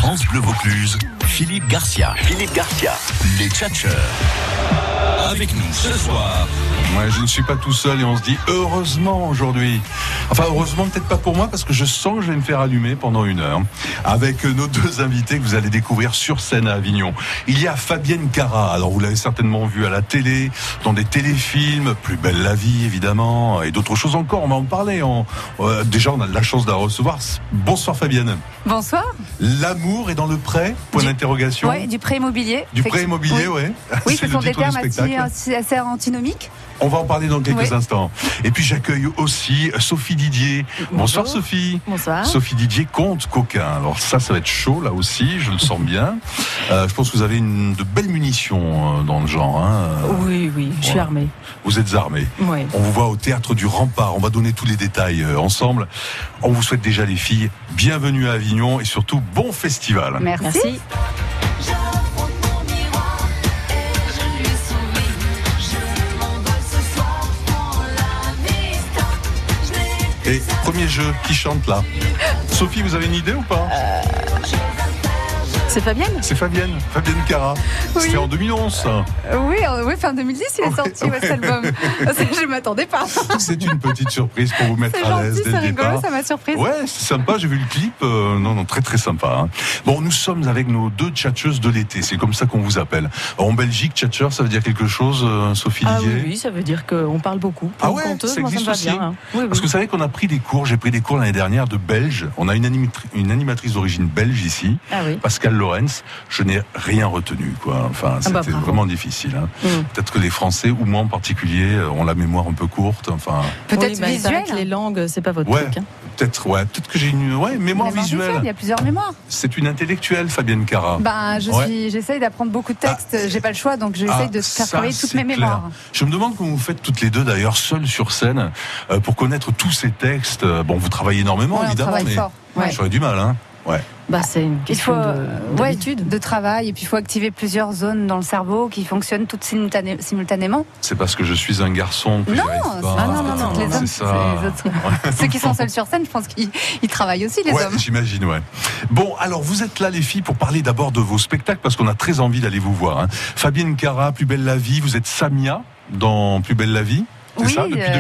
France Bleu Vaucluse, Philippe Garcia. Les tchatcheurs. Avec nous ce soir. Ouais, je ne suis pas tout seul et on se dit heureusement aujourd'hui. Enfin, heureusement peut-être pas pour moi parce que je sens que je vais me faire allumer pendant 1 heure avec nos 2 invités que vous allez découvrir sur scène à Avignon. Il y a Fabienne Cara. Alors vous l'avez certainement vu à la télé, dans des téléfilms, Plus belle la vie évidemment et d'autres choses encore. On va en parler. Déjà, on a de la chance de la recevoir. Bonsoir Fabienne. Bonsoir. L'amour est dans le prêt ? Point d'interrogation. Oui, du prêt immobilier. Du prêt immobilier, oui. ouais. Oui, C'est ce sont des termes assez assez antinomiques. On va en parler dans quelques instants. Et puis j'accueille aussi Sophie Didier. Bonsoir Sophie. Bonsoir. Sophie Didier, conte coquin. Alors ça va être chaud là aussi, je le sens bien. Je pense que vous avez de belles munitions dans le genre. Oui, je suis armée. Vous êtes armée. Oui. On vous voit au Théâtre du Rempart. On va donner tous les détails ensemble. On vous souhaite déjà les filles, bienvenue à Avignon et surtout bon festival. Merci. Et premier jeu, qui chante là ? Sophie, vous avez une idée ou pas ? C'est Fabienne ? C'est Fabienne Cara. Oui. C'était en 2011 ça. Oui, fin 2010 il est sorti cet album. Je m'attendais pas. C'est une petite surprise pour vous mettre C'est à l'aise gentil, dès c'est le départ. rigolo, ça m'a surprise. Ouais, c'est sympa, j'ai vu le clip. Non, très très sympa. Bon, nous sommes avec nos 2 tchatcheuses de l'été, c'est comme ça qu'on vous appelle. En Belgique, tchatcheur, ça veut dire quelque chose, Sophie Didier ? Oui, ça veut dire qu'on parle beaucoup. Ah ouais, conteuse, ça moi, existe me va aussi. bien. Oui. Parce que vous savez qu'on a pris des cours, j'ai pris des cours l'année dernière de Belge. On a une animatrice d'origine belge ici, Pascal Lorenz. Je n'ai rien retenu, quoi. Enfin, c'était vraiment difficile. Peut-être que les Français, ou moi en particulier, ont la mémoire un peu courte. Enfin, peut-être visuelle. Les langues, c'est pas votre truc. Peut-être que j'ai une mémoire visuelle. Il y a plusieurs mémoires. C'est une intellectuelle, Fabienne Cara. J'essaye d'apprendre beaucoup de textes. J'ai pas le choix, donc j'essaye de faire travailler toutes mes mémoires. Je me demande comment vous faites toutes les 2 d'ailleurs, seules sur scène, pour connaître tous ces textes. Bon, vous travaillez énormément, évidemment, mais fort. J'aurais du mal, Ouais. C'est une question d'habitude. De travail, et puis il faut activer plusieurs zones dans le cerveau qui fonctionnent toutes simultanément. C'est parce que je suis un garçon que non, les hommes, c'est ça. Ceux qui sont seuls sur scène, je pense qu'ils travaillent aussi, les hommes. J'imagine, Bon, alors vous êtes là les filles pour parler d'abord de vos spectacles parce qu'on a très envie d'aller vous voir. Fabienne Cara, Plus belle la vie, vous êtes Samia dans Plus belle la vie, c'est ça, depuis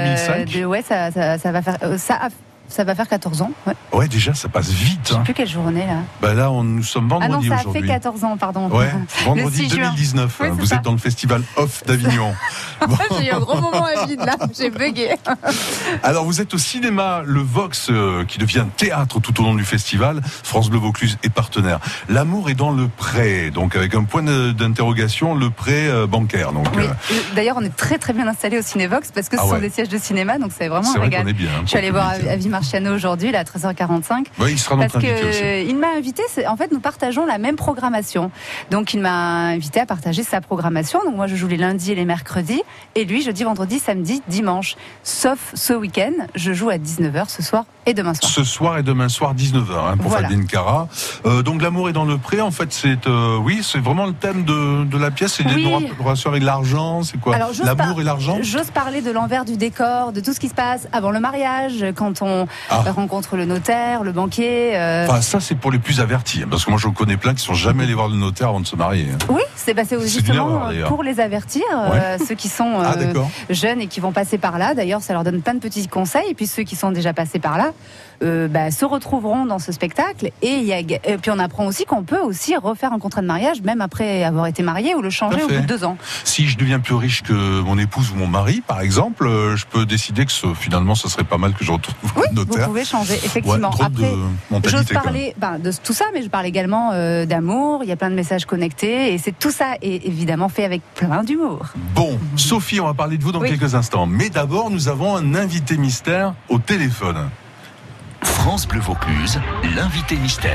2005 ça va faire 14 ans. Ouais, déjà, ça passe vite. Je sais plus quelle journée, là. Là, nous sommes vendredi aujourd'hui. Ça fait 14 ans, pardon. Ouais, vendredi 2019. Oui, vous êtes dans le festival Off d'Avignon. J'ai eu un gros moment à vide, là. J'ai bugué. Alors, vous êtes au cinéma Le Vox, qui devient théâtre tout au long du festival. France Bleu Vaucluse est partenaire. L'amour est dans le prêt. Donc, avec un point d'interrogation, le prêt bancaire. Donc, D'ailleurs, on est très très bien installé au Cinévox parce que ce sont des sièges de cinéma, donc c'est vraiment un régal. Je suis allée voir Avi Marciano aujourd'hui, là, à 13h45. Oui, il sera notre invité aussi. Il m'a invité, en fait, nous partageons la même programmation. Donc, il m'a invité à partager sa programmation. Donc, moi, je joue les lundis et les mercredis. Et lui, jeudi, vendredi, samedi, dimanche. Sauf ce week-end, je joue à 19h ce soir et demain soir. Ce soir et demain soir, 19h, pour Fabienne Cara. Donc, l'amour est dans le pré. En fait, c'est vraiment le thème de la pièce. C'est une relation avec l'argent. C'est quoi ? L'amour et l'argent ? J'ose parler de l'envers du décor, de tout ce qui se passe avant le mariage, quand on rencontre le notaire, le banquier. Enfin, ça, c'est pour les plus avertis. Parce que moi, je connais plein qui sont jamais allés voir le notaire avant de se marier. Oui, c'est justement pour les avertir, ceux qui sont jeunes et qui vont passer par là. D'ailleurs, ça leur donne plein de petits conseils. Et puis ceux qui sont déjà passés par là se retrouveront dans ce spectacle. Et puis on apprend aussi qu'on peut aussi refaire un contrat de mariage, même après avoir été marié, ou le changer au bout de 2 ans. Si je deviens plus riche que mon épouse ou mon mari, par exemple, je peux décider que finalement, ce serait pas mal que je retrouve le notaire. Vous pouvez changer, effectivement. Après, j'ose parler de tout ça, mais je parle également d'amour. Il y a plein de messages connectés, et c'est tout ça est évidemment fait avec plein d'humour. Bon, Sophie, on va parler de vous dans quelques instants. Mais d'abord, nous avons un invité mystère au téléphone. France Bleu Vaucluse, l'invité mystère.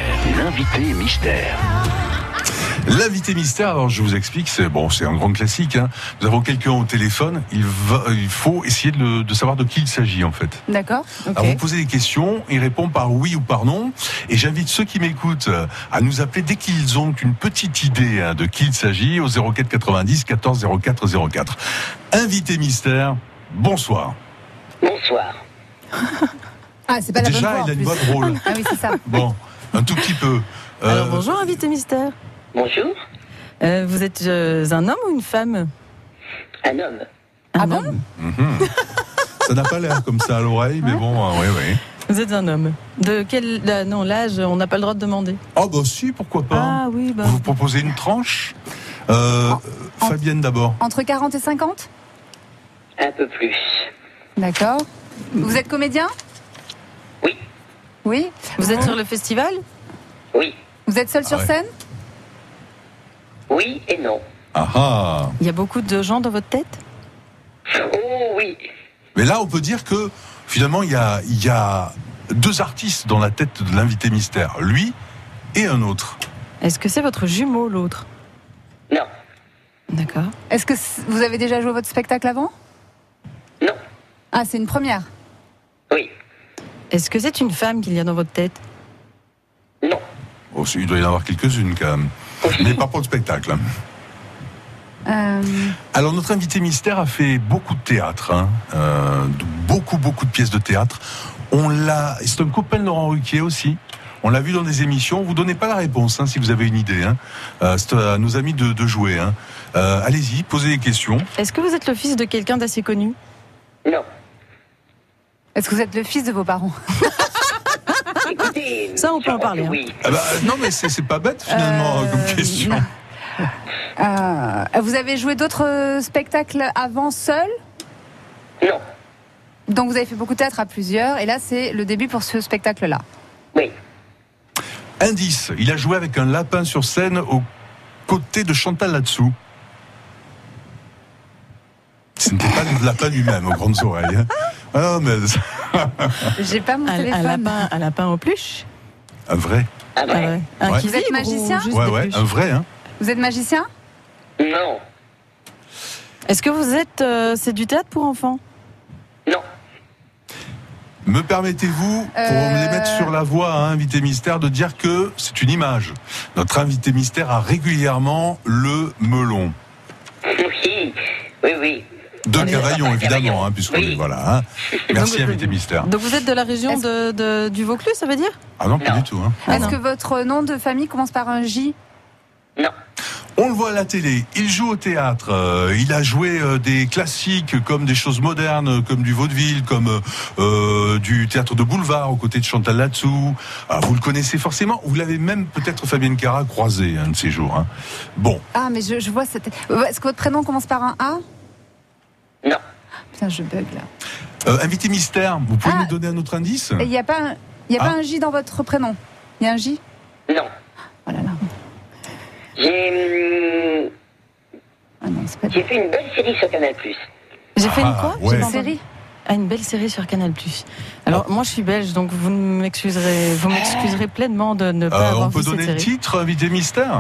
L'invité mystère, alors je vous explique, c'est un grand classique. Nous avons quelqu'un au téléphone, il faut essayer de savoir de qui il s'agit en fait. D'accord. Okay. Alors vous posez des questions, il répond par oui ou par non, et j'invite ceux qui m'écoutent à nous appeler dès qu'ils ont une petite idée de qui il s'agit au 04 90 14 04 04. Invité mystère, bonsoir. Bonsoir. Ah, c'est pas la bonne voix. Déjà, il a une voix drôle. Ah oui, c'est ça. Bon, un tout petit peu. Alors bonjour, invité mystère. Bonjour. Vous êtes un homme ou une femme? Un homme. Ah bon? Ça n'a pas l'air comme ça à l'oreille, mais bon, oui. Vous êtes un homme. De quel... non, l'âge, on n'a pas le droit de demander. Oh bah si, pourquoi pas. Ah oui, Vous proposez une tranche Fabienne d'abord. Entre 40 et 50? Un peu plus. D'accord. Vous êtes comédien? Oui. Oui. Vous êtes sur le festival? Oui. Vous êtes seul sur scène? Oui et non. Ah. Il y a beaucoup de gens dans votre tête? Oh oui. Mais là, on peut dire que finalement, il y a deux artistes dans la tête de l'invité mystère. Lui et un autre. Est-ce que c'est votre jumeau, l'autre? Non. D'accord. Est-ce que vous avez déjà joué votre spectacle avant? Non. Ah, c'est une première? Oui. Est-ce que c'est une femme qu'il y a dans votre tête? Non. Oh, il doit y en avoir quelques-unes quand même. Mais pas pour le spectacle. Alors notre invité mystère a fait beaucoup de théâtre, beaucoup de pièces de théâtre. C'est un copain de Laurent Ruquier aussi. On l'a vu dans des émissions. Vous donnez pas la réponse si vous avez une idée. C'est à nos amis de jouer. Allez-y, posez des questions. Est-ce que vous êtes le fils de quelqu'un d'assez connu? Non. Est-ce que vous êtes le fils de vos parents? Écoutez, ça, on peut en parler. Oui. Non, mais c'est pas bête finalement comme question. Vous avez joué d'autres spectacles avant seul? Non. Donc vous avez fait beaucoup de théâtre à plusieurs, et là c'est le début pour ce spectacle-là. Oui. Indice, il a joué avec un lapin sur scène aux côtés de Chantal là-dessous. Ce n'était pas le lapin lui-même aux grandes oreilles. Ah, mais... J'ai pas mon téléphone. Un lapin aux pluches? Un vrai. Un vrai. Ouais. Vous êtes magicien? Ouais, un vrai. Vous êtes magicien? Non. Est-ce que vous êtes... c'est du théâtre pour enfants? Non. Me permettez-vous, pour les mettre sur la voie, invité mystère, de dire que c'est une image. Notre invité mystère a régulièrement le melon. Oui. De Cavaillon, évidemment, puisqu'on est... Voilà. Merci, invité mystère. Donc vous êtes de la région du Vaucluse, ça veut dire? Ah non, pas du tout. Est-ce que votre nom de famille commence par un J? Non. On le voit à la télé, il joue au théâtre, il a joué des classiques comme des choses modernes, comme du vaudeville, comme du théâtre de boulevard aux côtés de Chantal là-dessous. Vous le connaissez forcément, vous l'avez même peut-être Fabienne Cara croisé un de ces jours. Bon. Ah, mais je vois cette... Est-ce que votre prénom commence par un A? Non. Putain, je bug là. Invité mystère, vous pouvez nous donner un autre indice? Il n'y a pas un J dans votre prénom? Il y a un J? Non. Oh là là. J'ai fait une belle série sur Canal+. J'ai fait une quoi? Ouais. Une série? Une belle série sur Canal+. Alors, moi, je suis belge, donc vous m'excuserez pleinement de ne pas avoir vu cette série. On peut donner le titre, invité mystère?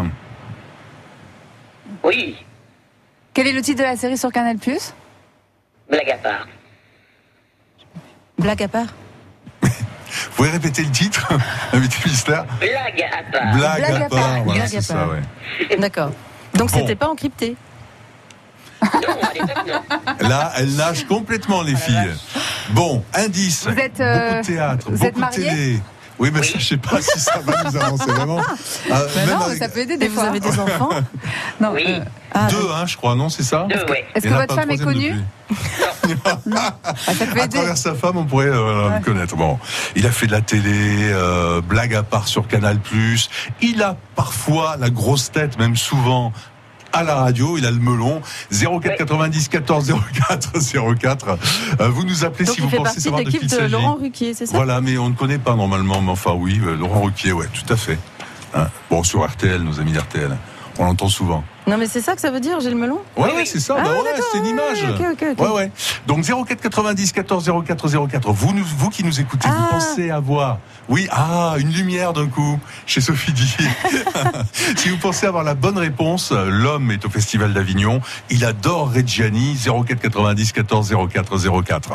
Oui. Quel est le titre de la série sur Canal+? Blague à part. Blague à part? Vous pouvez répéter le titre, invité mystère? Blague à part. Blague à part, voilà, Blague c'est à ça, part. ouais. D'accord. Donc c'était pas encrypté? Non, à l'époque, non. Là, elle lâche complètement les filles. Bon, indice. Vous êtes, beaucoup de théâtre, vous beaucoup êtes de marié? télé. Oui, mais ça, je sais pas si ça va nous avancer vraiment. Non, mais ça peut aider des Et vous fois. avez des enfants? Non. Oui. Deux, je crois, non, c'est ça? Deux, oui. Est-ce Il que y en a votre pas femme un est troisième connue? depuis. Ça peut À aider. travers sa femme, on pourrait le connaître. Bon, il a fait de la télé, blague à part sur Canal+. Il a parfois la grosse tête, même souvent, à la radio. Il a le melon. 04 90 14 04 04. Vous nous appelez Donc si il vous fait pensez partie de savoir de qui il l'équipe de s'agit. Laurent Ruquier, c'est ça? Voilà, mais on ne connaît pas normalement. Mais enfin, oui, Laurent Ruquier, ouais, tout à fait. Bon, sur RTL, nos amis d'RTL. On l'entend souvent. Non, mais c'est ça que ça veut dire, j'ai le melon? Ouais, c'est ça. C'est une image. Ok. Ouais. Donc 04 90 14 04 04. Vous qui nous écoutez, vous pensez avoir, une lumière d'un coup chez Sophie Di. Si vous pensez avoir la bonne réponse, l'homme est au Festival d'Avignon. Il adore Reggiani. 04 90 14 04 04.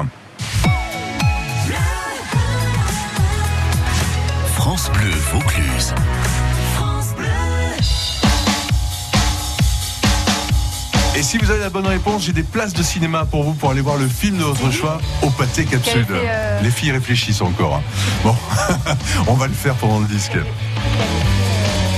France Bleu Vaucluse. Et si vous avez la bonne réponse, j'ai des places de cinéma pour vous pour aller voir le film de votre choix au Pâté Cap Sud. Les filles réfléchissent encore. Bon, on va le faire pendant le disque.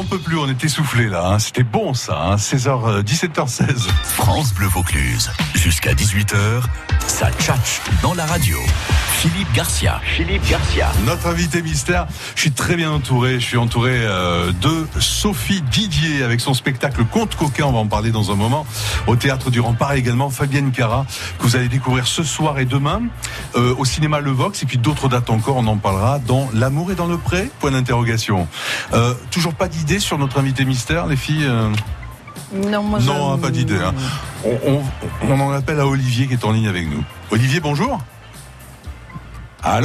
peut plus, on est essoufflés là, hein. C'était bon ça, 17h16. France Bleu Vaucluse, jusqu'à 18h, ça tchatche dans la radio. Philippe Garcia. Notre invité mystère, je suis très bien entouré. Je suis entouré de Sophie Didier avec son spectacle Conte coquin. On va en parler dans un moment. Au Théâtre du Rempart également Fabienne Cara, que vous allez découvrir ce soir et demain au cinéma Le Vox. Et puis d'autres dates encore, on en parlera dans L'amour est dans le pré ? Point d'interrogation. Toujours pas d'idée sur notre invité mystère, les filles Non, pas d'idée. Hein. On en appelle à Olivier qui est en ligne avec nous. Olivier, bonjour. Allô ?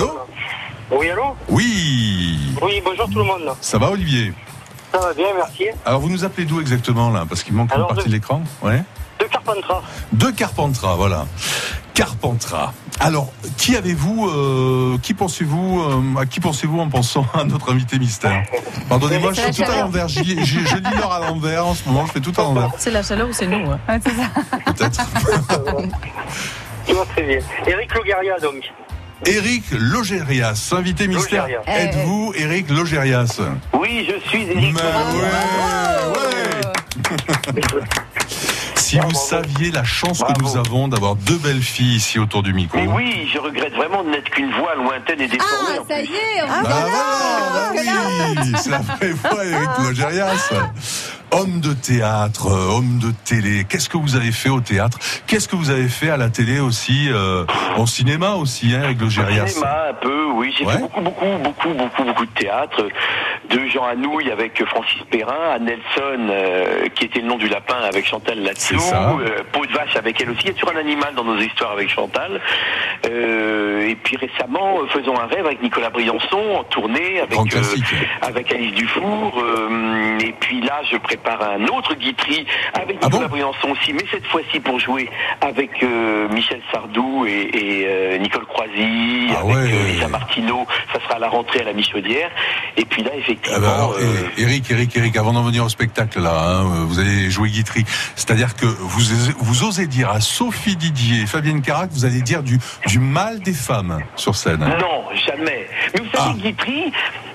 Oui, allô ? Oui, bonjour tout le monde. ça va Olivier ? Ça va bien, merci. Alors vous nous appelez d'où exactement là ? Parce qu'il manque une partie de l'écran. Ouais. De Carpentras. De Carpentras, voilà. Carpentras. Alors, qui avez-vous, qui pensez-vous en pensant à notre invité mystère ? Pardonnez-moi, je suis tout à l'envers. Je lis l'heure à l'envers en ce moment, je fais tout à l'envers. C'est la chaleur ou c'est nous, hein. Ouais, c'est ça. Peut-être. Tu vois très bien. Éric Logérias, donc. Éric Logérias, invité mystère. Êtes-vous Éric Logérias ? Oui, je suis Éric Logérias. Si vous saviez la chance que nous avons d'avoir deux belles filles ici autour du micro. Mais oui, je regrette vraiment de n'être qu'une voix lointaine et déformée. Ah, ça y est, oui, c'est la vraie voix, Éric Logérias. Homme de théâtre, homme de télé. Qu'est-ce que vous avez fait au théâtre ? Qu'est-ce que vous avez fait à la télé aussi, au cinéma aussi, Éric Logérias ? Au cinéma, un peu, oui. J'ai fait beaucoup de théâtre. De Jean Anouilh avec Francis Perrin, à Nelson, qui était le nom du lapin avec Chantal Latsou, Peau de vache avec elle aussi. Il y a toujours un animal dans nos histoires avec Chantal. Et puis récemment, Faisons un rêve avec Nicolas Briançon, en tournée avec Alice Dufour. Et puis là, je prépare un autre Guitry avec Nicolas Briançon aussi, mais cette fois-ci pour jouer avec Michel Sardou et Nicole Croisy, avec Lisa Martineau. Ça sera à la rentrée à la Michaudière. Et puis là, effectivement... Éric, avant d'en venir au spectacle, là, vous allez jouer Guitry. C'est-à-dire que vous osez dire à Sophie Didier et Fabienne Cara que vous allez dire du mal des femmes sur scène. Non, jamais. Mais vous savez, Guitry,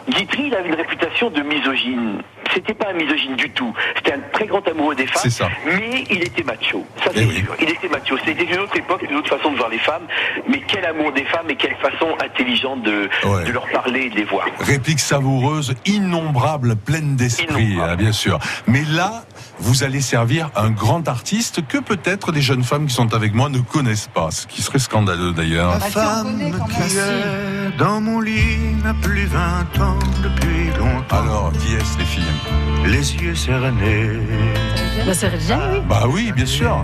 il avait une réputation de misogyne. C'était pas un misogyne du tout. C'était un très grand amoureux des femmes. C'est ça. Mais il était macho. Ça, c'est sûr. Il était macho. C'était une autre époque, une autre façon de voir les femmes. Mais quel amour des femmes et quelle façon intelligente de leur parler et de les voir. Réplique savoureuse, innombrable, pleine d'esprit, bien sûr. Mais là, vous allez servir un grand artiste que peut-être les jeunes femmes qui sont avec moi ne connaissent pas. Ce qui serait scandaleux d'ailleurs. La femme qui est dans mon lit n'a plus 20 ans depuis longtemps. Alors, qui est-ce les filles ? Les yeux sérénés. C'est Reggiani, oui. Bah oui, bien sûr.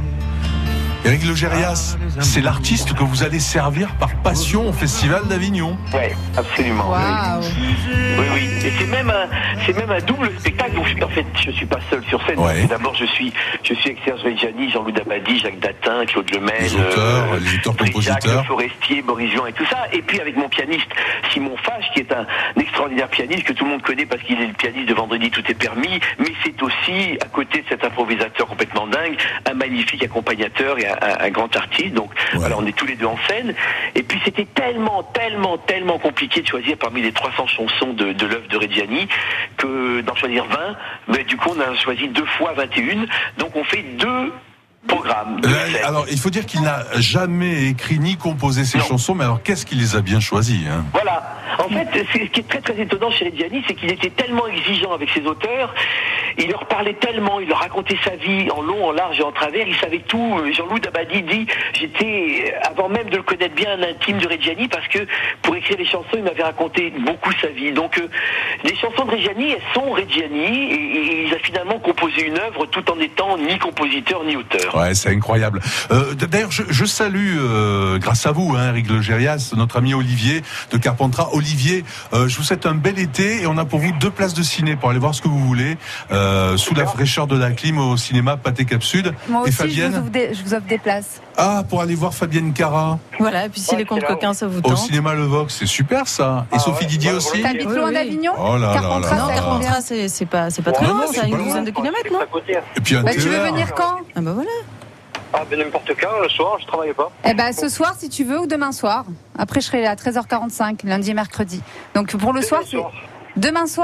Éric Logérias, c'est l'artiste que vous allez servir par passion au Festival d'Avignon. Oui, absolument. Wow. Oui. Et c'est même un double spectacle. Donc je suis pas seul sur scène. Ouais. D'abord, je suis avec Serge Reggiani, Jean-Loup Dabadi, Jacques Datin, Claude Lemel, les auteurs, compositeurs, Jacques Forestier, Boris Vian et tout ça. Et puis avec mon pianiste Simon Fage, qui est un extraordinaire pianiste que tout le monde connaît parce qu'il est le pianiste de Vendredi tout est permis. Mais c'est aussi, à côté de cet improvisateur complètement dingue, un magnifique accompagnateur et un grand artiste. Donc voilà, on est tous les deux en scène. Et puis c'était tellement compliqué de choisir parmi les 300 chansons de l'œuvre de Reggiani que d'en choisir 20. Mais du coup, on a choisi 2 fois 21. Donc on fait 2 programmes. Alors, il faut dire qu'il n'a jamais écrit ni composé ses chansons, mais alors qu'est-ce qu'il les a bien choisies, hein ? Voilà. En fait, ce qui est très très étonnant chez Reggiani, c'est qu'il était tellement exigeant avec ses auteurs, il leur parlait tellement, il leur racontait sa vie en long, en large et en travers, il savait tout. Jean-Loup Dabadi dit, j'étais, avant même de le connaître bien, un intime de Reggiani, parce que pour écrire les chansons, il m'avait raconté beaucoup sa vie. Donc, les chansons de Reggiani, elles sont Reggiani, et il a finalement composé une œuvre tout en étant ni compositeur ni auteur. Ouais, c'est incroyable. D'ailleurs, je salue, grâce à vous, Éric Logérias, notre ami Olivier de Carpentras. Olivier, je vous souhaite un bel été et on a pour vous 2 places de ciné pour aller voir ce que vous voulez, sous la fraîcheur de la clim au cinéma Pathé Cap Sud. Moi aussi, et Fabienne, je vous offre des places. Ah, pour aller voir Fabienne Cara. Voilà, et puis si les contes coquins, ça vous tente. Au cinéma Le Vox, c'est super ça. Et Sophie Didier aussi. T'habites loin d'Avignon ? Oh là là là. Non, Carpentras, c'est pas très loin, c'est à une douzaine de kilomètres, non ? Et puis tu veux venir quand ? Ah bah voilà. Ah ben n'importe quand, le soir, je travaille pas. Eh ben ce soir si tu veux ou demain soir. Après je serai à 13h45, lundi et mercredi. Donc pour le soir, c'est demain soir ?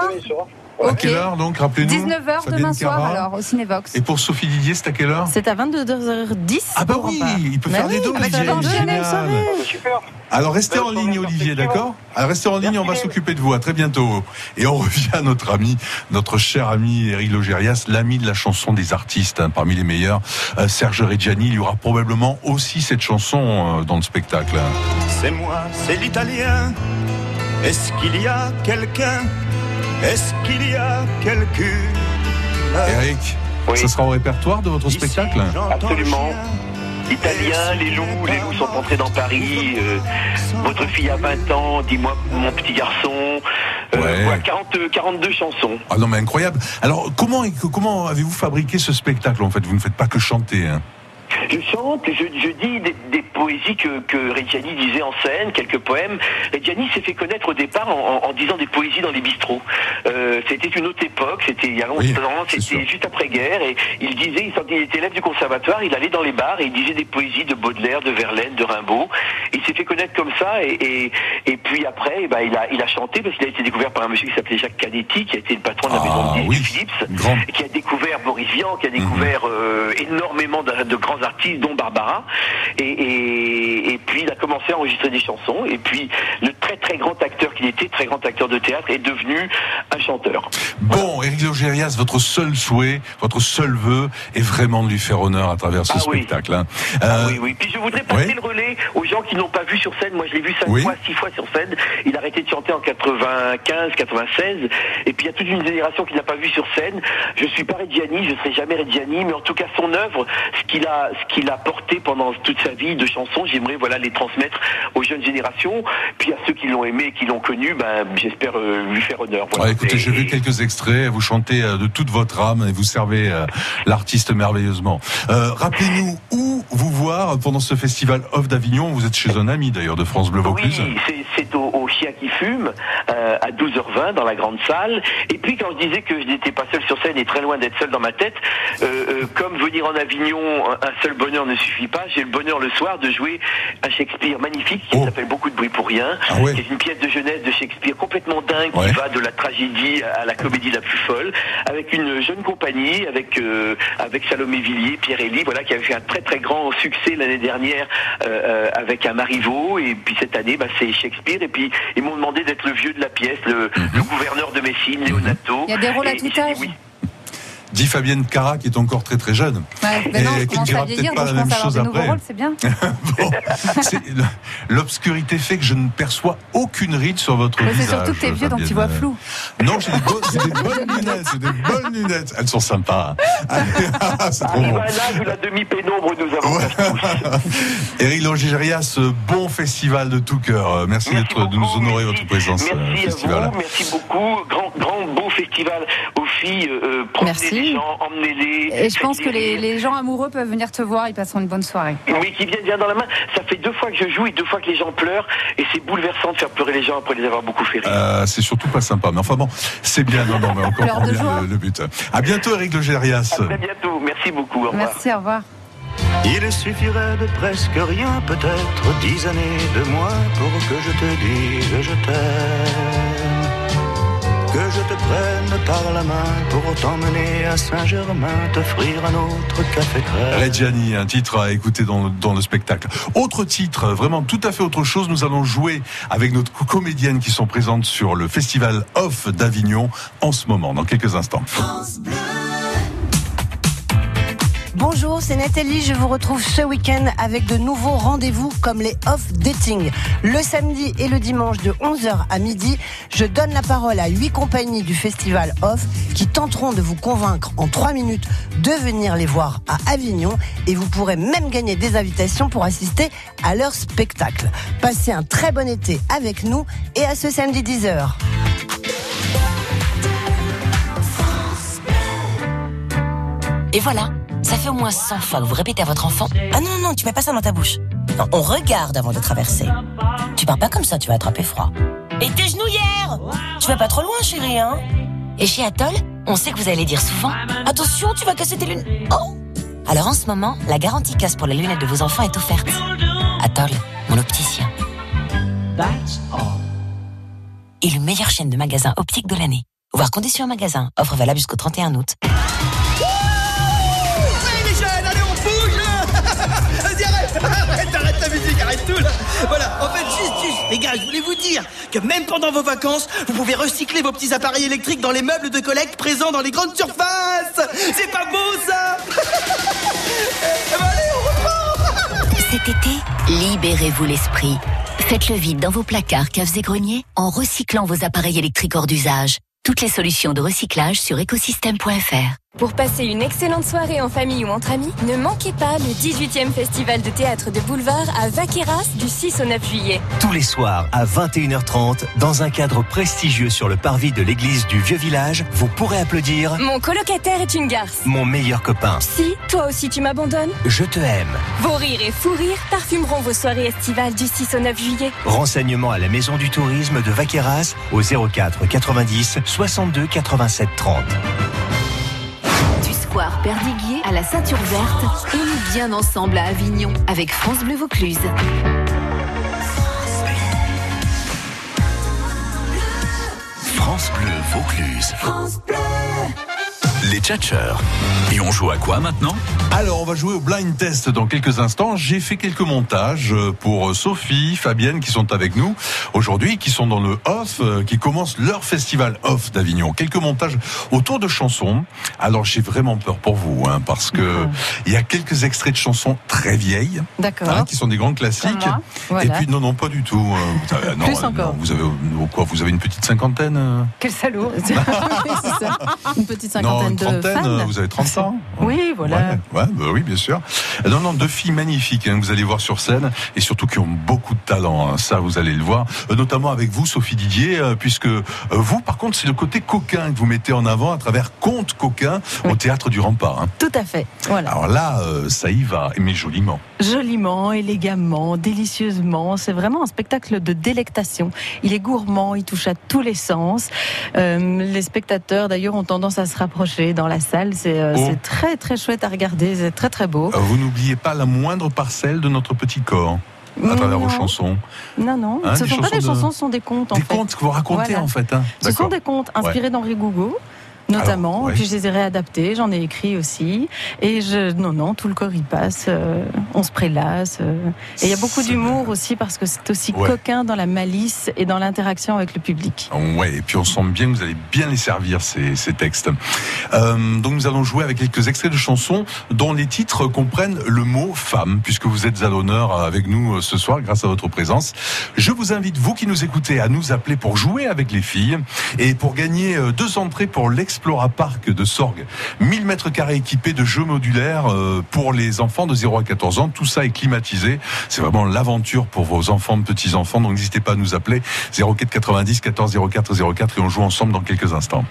À quelle heure donc, rappelez-nous? 19h demain soir alors au Cinévox. Et pour Sophie Didier, c'est à quelle heure? C'est à 22h10. Ah bah oui, il peut faire les deux, Olivier. Génial. Super. Alors restez en ligne, Olivier, d'accord? Alors restez en ligne, on va s'occuper de vous. À très bientôt. Et on revient à notre cher ami Éric Logérias, l'ami de la chanson des artistes, parmi les meilleurs. Serge Reggiani, il y aura probablement aussi cette chanson dans le spectacle. C'est moi, c'est l'Italien. Est-ce qu'il y a quelqu'un? Est-ce qu'il y a quelqu'un? Eric, oui. Ça sera au répertoire de votre spectacle? Absolument. Italien, les loups sont entrés dans Paris. Votre fille a 20 ans, dis-moi mon petit garçon. Voilà, 42 chansons. Ah non mais incroyable. Alors comment avez-vous fabriqué ce spectacle en fait? Vous ne faites pas que chanter, hein? Je chante, je dis des poésies que Reggiani disait en scène, quelques poèmes. Reggiani s'est fait connaître au départ en disant des poésies dans les bistrots. C'était une autre époque, c'était il y a longtemps, c'était juste après-guerre, et il était élève du conservatoire, il allait dans les bars et il disait des poésies de Baudelaire, de Verlaine, de Rimbaud. Il s'est fait connaître comme ça, et puis après, il a chanté parce qu'il a été découvert par un monsieur qui s'appelait Jacques Canetti, qui a été le patron de la maison de disques Philips, qui a découvert Boris Vian, qui a découvert énormément de grands artistes, dont Barbara, et puis il a commencé à enregistrer des chansons, et puis le très très grand acteur qu'il était, très grand acteur de théâtre, est devenu un chanteur. Bon, Éric Logérias, votre seul souhait, votre seul vœu est vraiment de lui faire honneur à travers ce spectacle. Hein. Oui. Puis je voudrais passer le relais aux gens qui n'ont pas vu sur scène. Moi, je l'ai vu 6 fois sur scène. Il a arrêté de chanter en 95, 96, et puis il y a toute une génération qui n'a pas vu sur scène. Je suis pas Reggiani, je serai jamais Reggiani, mais en tout cas son œuvre, ce qu'il a porté pendant toute sa vie de chansons, j'aimerais les transmettre aux jeunes générations, puis à ceux qui l'ont aimé et qui l'ont connu, j'espère lui faire honneur. Voilà. Écoutez, j'ai vu quelques extraits, vous chantez de toute votre âme et vous servez l'artiste merveilleusement. Rappelez-nous où vous voir pendant ce festival Off d'Avignon. Vous êtes chez un ami d'ailleurs de France Bleu Vaucluse. Oui, c'est au Chien qui fume, à 12h20 dans la grande salle. Et puis quand je disais que je n'étais pas seul sur scène et très loin d'être seul dans ma tête, comme venir en Avignon, un seul bonheur ne suffit pas. J'ai le bonheur le soir de jouer un Shakespeare magnifique qui s'appelle Beaucoup de bruit pour rien, qui est une pièce de jeunesse de Shakespeare complètement dingue, qui va de la tragédie à la comédie la plus folle, avec une jeune compagnie, avec Salomé Villiers, Pierre Elie, qui avait fait un très très grand succès l'année dernière avec un Marivaux, et puis cette année c'est Shakespeare, et puis ils m'ont demandé d'être le vieux de la pièce, le gouverneur de Messine, Leonato. Il y a des rôles à tout âge. Dit Fabienne Cara, qui est encore très très jeune. Et qui ne dira peut-être pas la même chose après. Rôles, c'est bien. L'obscurité fait que je ne perçois aucune ride sur votre visage. C'est surtout que t'es vieux, donc tu vois flou. Non, j'ai des bonnes lunettes. Elles sont sympas. C'est trop bon. Là, vu la demi-pénombre, nous avons Éric Logérias, bon festival de tout cœur. Merci de nous honorer votre présence. Merci à vous, merci beaucoup. Grand beau festival aux filles. Merci. Les gens, emmenez-les. Et je pense que les gens amoureux peuvent venir te voir, ils passeront une bonne soirée. Oui, qui viennent bien dans la main. Ça fait 2 fois que je joue et 2 fois que les gens pleurent, et c'est bouleversant de faire pleurer les gens après les avoir beaucoup fait rire. C'est surtout pas sympa, mais enfin bon, c'est bien, mais encore prend bien le but. À bientôt, Éric Logérias. À très bientôt, merci beaucoup, au revoir. Merci, au revoir. Il suffirait de presque rien, peut-être 10 années de moins, pour que je te dise je t'aime. Que je te prenne par la main pour t'emmener à Saint-Germain, t'offrir un autre café crème. Reggiani, un titre à écouter dans le spectacle. Autre titre, vraiment tout à fait autre chose. Nous allons jouer avec nos comédiennes qui sont présentes sur le festival Off d'Avignon en ce moment, dans quelques instants. France Bleu. Bonjour, c'est Nathalie, je vous retrouve ce week-end avec de nouveaux rendez-vous comme les Off Dating. Le samedi et le dimanche de 11h à midi, je donne la parole à 8 compagnies du festival Off qui tenteront de vous convaincre en 3 minutes de venir les voir à Avignon, et vous pourrez même gagner des invitations pour assister à leur spectacle. Passez un très bon été avec nous et à ce samedi 10h. Et voilà, ça fait au moins 100 fois que vous répétez à votre enfant « Ah non, tu mets pas ça dans ta bouche. Non, on regarde avant de traverser. Tu pars pas comme ça, tu vas attraper froid. Et tes genouillères! Tu vas pas trop loin, chérie, hein? Et chez Atoll, on sait que vous allez dire souvent « Attention, tu vas casser tes lunettes. Oh !» Alors en ce moment, la garantie casse pour les lunettes de vos enfants est offerte. Atoll, mon opticien. Élu meilleure chaîne de magasins optiques de l'année. Voir conditions en magasin. Offre valable jusqu'au 31 août. Les jeunes, allez, on bouge. Vas-y, arrête la musique, arrête tout là. Voilà, en fait, juste, les gars, je voulais vous dire que même pendant vos vacances, vous pouvez recycler vos petits appareils électriques dans les meubles de collecte présents dans les grandes surfaces. C'est pas beau ça. Allez, on reprend. Cet été, libérez-vous l'esprit. Faites le vide dans vos placards, caves et greniers en recyclant vos appareils électriques hors d'usage. Toutes les solutions de recyclage sur écosystème.fr. Pour passer une excellente soirée en famille ou entre amis, ne manquez pas le 18e Festival de théâtre de boulevard à Vaqueras du 6 au 9 juillet. Tous les soirs à 21h30, dans un cadre prestigieux sur le parvis de l'église du Vieux Village, vous pourrez applaudir Mon colocataire est une garce. Mon meilleur copain. Si, toi aussi tu m'abandonnes. Je te aime. Vos rires et fous rires parfumeront vos soirées estivales du 6 au 9 juillet. Renseignements à la Maison du Tourisme de Vaqueras au 04 90 62 87 30. Square Perdiguier à la Ceinture Verte, on est bien ensemble à Avignon avec France Bleu Vaucluse. France Bleu Vaucluse. France Bleu. Les tchatcheurs. Et on joue à quoi maintenant ? Alors, on va jouer au blind test dans quelques instants. J'ai fait quelques montages pour Sophie, Fabienne qui sont avec nous aujourd'hui, qui sont dans le off, qui commencent leur festival off d'Avignon. Quelques montages autour de chansons. Alors, j'ai vraiment peur pour vous, parce que il y a quelques extraits de chansons très vieilles, qui sont des grands classiques. Voilà. Et puis, non, pas du tout. Plus encore. Vous avez une petite cinquantaine Quel salaud. C'est ça. Une petite cinquantaine de fans. Vous avez 30 ans. Oui, voilà. Oui, bien sûr. Non, deux filles magnifiques, que vous allez voir sur scène, et surtout qui ont beaucoup de talent. Ça, vous allez le voir. Notamment avec vous, Sophie Didier, puisque vous, par contre, c'est le côté coquin que vous mettez en avant à travers Conte coquin au Théâtre du Rempart. Tout à fait. Voilà. Alors là, ça y va, mais joliment. Joliment, élégamment, délicieusement. C'est vraiment un spectacle de délectation. Il est gourmand, il touche à tous les sens. Les spectateurs, d'ailleurs, ont tendance à se rapprocher dans la salle. C'est très, très chouette à regarder. C'est très, très beau. Vous n'oubliez pas la moindre parcelle de notre petit corps à travers vos chansons. Non. Ce ne sont pas des chansons, ce sont des contes, en fait. Des contes que vous racontez, en fait. Ce sont des contes inspirés d'Henri Gougaud. Notamment, puis je les ai réadaptés, j'en ai écrit aussi. Et tout le corps y passe, on se prélasse. Et il y a beaucoup d'humour aussi parce que c'est aussi coquin dans la malice et dans l'interaction avec le public. Ouais, et puis on sent bien que vous allez bien les servir, ces textes. Donc nous allons jouer avec quelques extraits de chansons dont les titres comprennent le mot femme, puisque vous êtes à l'honneur avec nous ce soir grâce à votre présence. Je vous invite, vous qui nous écoutez, à nous appeler pour jouer avec les filles et pour gagner 2 entrées pour l'Explora Park de Sorgues. 1000 mètres carrés équipés de jeux modulaires pour les enfants de 0 à 14 ans. Tout ça est climatisé. C'est vraiment l'aventure pour vos enfants, petits-enfants. Donc n'hésitez pas à nous appeler 04 90 14 04 04 et on joue ensemble dans quelques instants.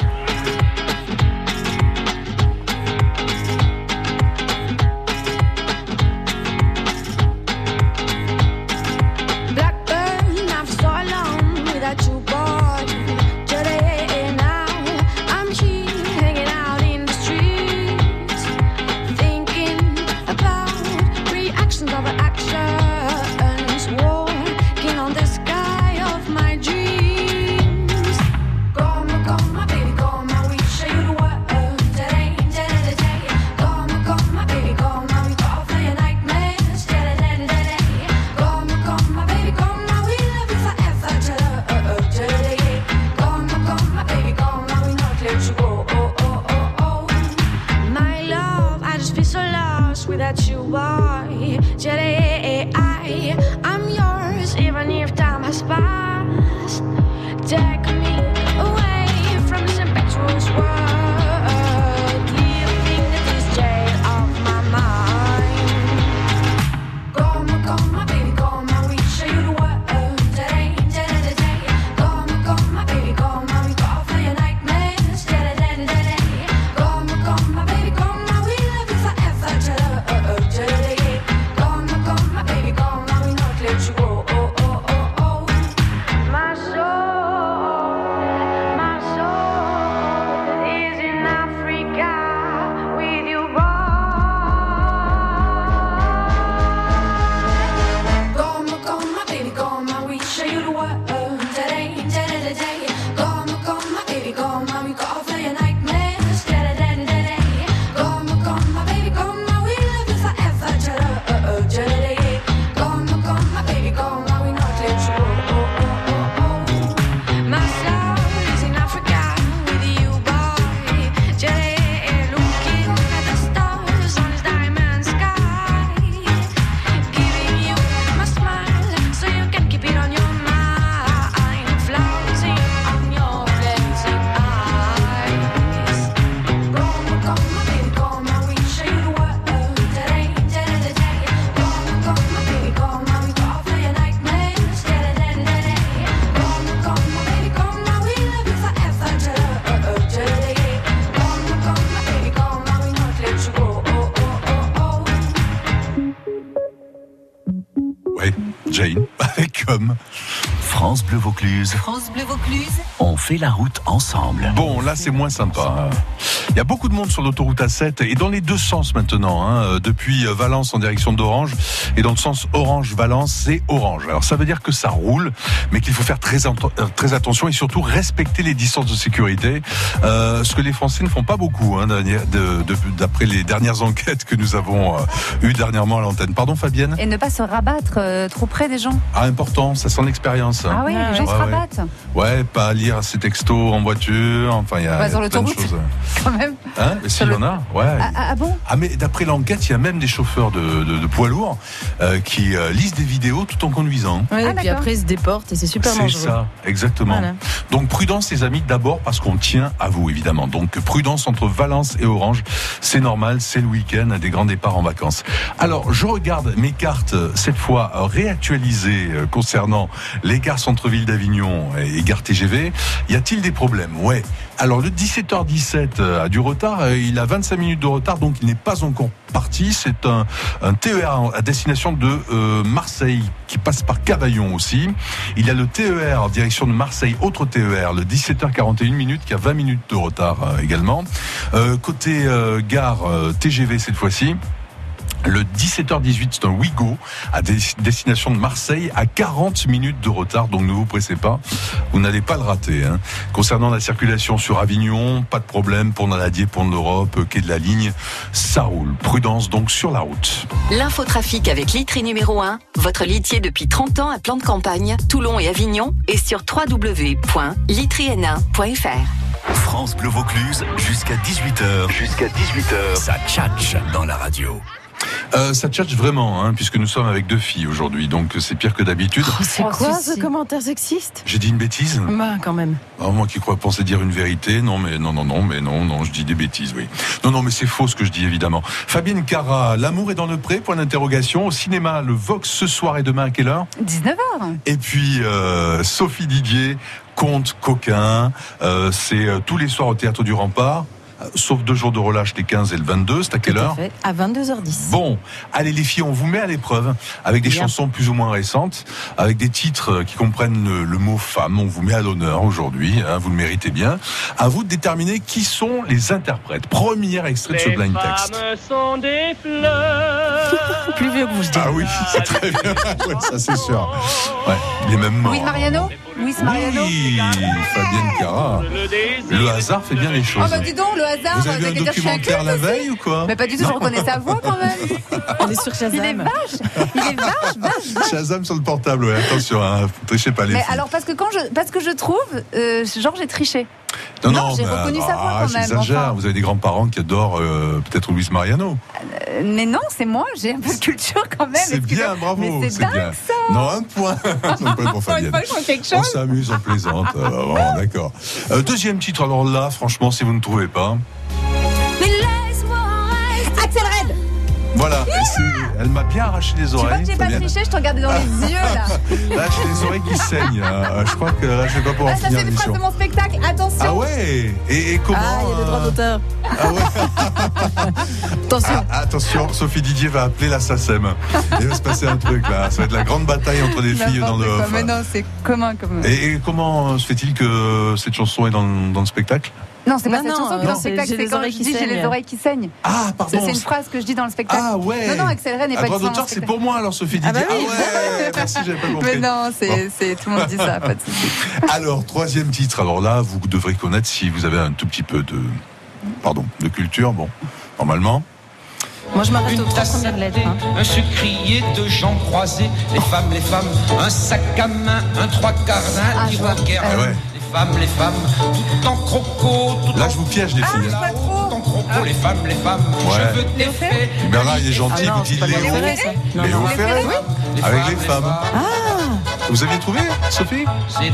Let you Jane, avec Comme. France Bleu Vaucluse. France Bleu Vaucluse. On fait la route ensemble. Bon, là, c'est moins sympa. Il y a beaucoup de monde sur l'autoroute A7 et dans les deux sens maintenant. Depuis Valence en direction d'Orange et dans le sens Orange-Valence, c'est orange. Alors, ça veut dire que ça roule, mais qu'il faut faire très attention et surtout respecter les distances de sécurité. Ce que les Français ne font pas beaucoup, d'après les dernières enquêtes que nous avons eues dernièrement à l'antenne. Pardon, Fabienne ? Et ne pas se rabattre trop près des gens. Ah, important, ça sent l'expérience. Ah oui, les gens se rabattent. Ouais, pas lire ses textos en voiture, enfin, il y a sur plein de choses. Quand même. Mais s'il y en a, ouais. Ah bon ? Ah, mais d'après l'enquête, il y a même des chauffeurs de poids lourds qui lisent des vidéos tout en conduisant. Ouais, et puis après, ils se déportent et c'est super dangereux. C'est ça, exactement. Voilà. Donc, prudence, les amis, d'abord parce qu'on tient à vous, évidemment. Donc, prudence entre Valence et Orange. C'est normal, c'est le week-end, des grands départs en vacances. Alors, je regarde mes cartes, cette fois réactualisées concernant les gares centre-ville d'Avignon et gare TGV. Y a-t-il des problèmes ? Ouais. Alors, le 17h17 a du retard. Il a 25 minutes de retard, donc il n'est pas encore parti. C'est un TER à destination de Marseille qui passe par Cavaillon aussi. Il y a le TER en direction de Marseille, autre TER, le 17h41 minutes, qui a 20 minutes de retard également. Côté gare TGV cette fois-ci, le 17h18, c'est un Ouigo à destination de Marseille à 40 minutes de retard, donc ne vous pressez pas, vous n'allez pas le rater. Concernant la circulation sur Avignon, pas de problème, pont d'Aladier, pont de l'Europe, quai de la Ligne, ça roule. Prudence donc sur la route. L'infotrafic avec Litry numéro 1, votre litier depuis 30 ans à plan de campagne, Toulon et Avignon, et sur www.litryn1.fr. France Bleu Vaucluse, jusqu'à 18h. Ça tchatche dans la radio. Ça tchatche vraiment, puisque nous sommes avec deux filles aujourd'hui, donc c'est pire que d'habitude. C'est quoi ce commentaire sexiste ? J'ai dit une bêtise ? Bah, quand même. Moi qui pensais dire une vérité, non, je dis des bêtises, oui. Non, mais c'est faux ce que je dis, évidemment. Fabienne Cara, L'amour est dans le pré, point d'interrogation. Au cinéma, le Vox ce soir et demain à quelle heure ? 19h. Et puis, Sophie Didier, Conte coquin, c'est tous les soirs au Théâtre du Rempart. Sauf 2 jours de relâche, les 15 et le 22, c'est à quelle heure ? À 22h10. Bon, allez les filles, on vous met à l'épreuve avec des chansons plus ou moins récentes, avec des titres qui comprennent le mot femme. On vous met à l'honneur aujourd'hui, vous le méritez bien. À vous de déterminer qui sont les interprètes. Premier extrait de ce blind text. Les femmes sont des fleurs. Plus vieux que vous, je dis. Ah oui, c'est très bien. Ouais, ça c'est sûr. Ouais, il est même mort. Louis Mariano ? Oui, Fabienne Cara. Le hasard fait bien les choses. Oh bah dis donc, le hasard. Vous avez vu un documentaire la veille ou quoi ? Mais pas du tout, je reconnais sa voix quand même. Elle est sur Shazam. Il est vache. Shazam sur le portable, ouais, attention, trichez pas les filles. Mais alors parce que je trouve, genre j'ai triché. Non, j'ai reconnu sa voix quand même. J'exagère, enfin. Vous avez des grands-parents qui adorent peut-être Luis Mariano. Mais non, c'est moi, j'ai un peu de culture quand même. C'est bien, bravo. Mais c'est dingue bien. ça. Non, un point. Pour Fabienne. On s'amuse, on plaisante. Bon, d'accord. Deuxième titre, alors là, franchement, si vous ne trouvez pas. Mais laisse-moi rester. Axel Red. Voilà, elle m'a bien arraché les oreilles. Tu vois que j'ai pas triché, je te regardais dans les yeux là. Là, j'ai les oreilles qui saignent. Je crois que là, je vais pas pouvoir finir ça, c'est des phrases l'émission. de mon spectacle, attention. Ah ouais. Et comment il y a des droits d'auteur. Ah ouais. Attention. Attention, Sophie Didier va appeler la SACEM. Il va se passer un truc là. Ça va être la grande bataille entre des filles dans le off. Mais non, c'est commun comme. Et comment se fait-il que cette chanson est dans le spectacle ? Non, c'est pas cette chanson qui est dans le spectacle, c'est quand je dis j'ai les oreilles qui saignent. Ah, pardon. C'est une phrase que je dis dans le spectacle. Ah ouais. Non, Axel Red n'est pas droit d'auteur, c'est pour moi alors, Sophie Didier. Ah, bah oui. Ouais, merci, j'avais pas compris. Mais non, c'est tout le monde dit ça, pas de souci. Alors, troisième titre. Alors là, vous devrez connaître si vous avez un tout petit peu de culture. Bon, normalement. Moi, je m'arrête aux 3 premières lettres. Un sucrier de gens croisés, les femmes, un sac à main, un 3/4 d'un tiroir. Les femmes, tout en croco. Là, je vous piège, les filles. Tout en croco, les femmes, je veux des faits. Bernard, il est gentil, vous dites Léo Ferré, avec les femmes. Ah. Vous aviez trouvé, Sophie ?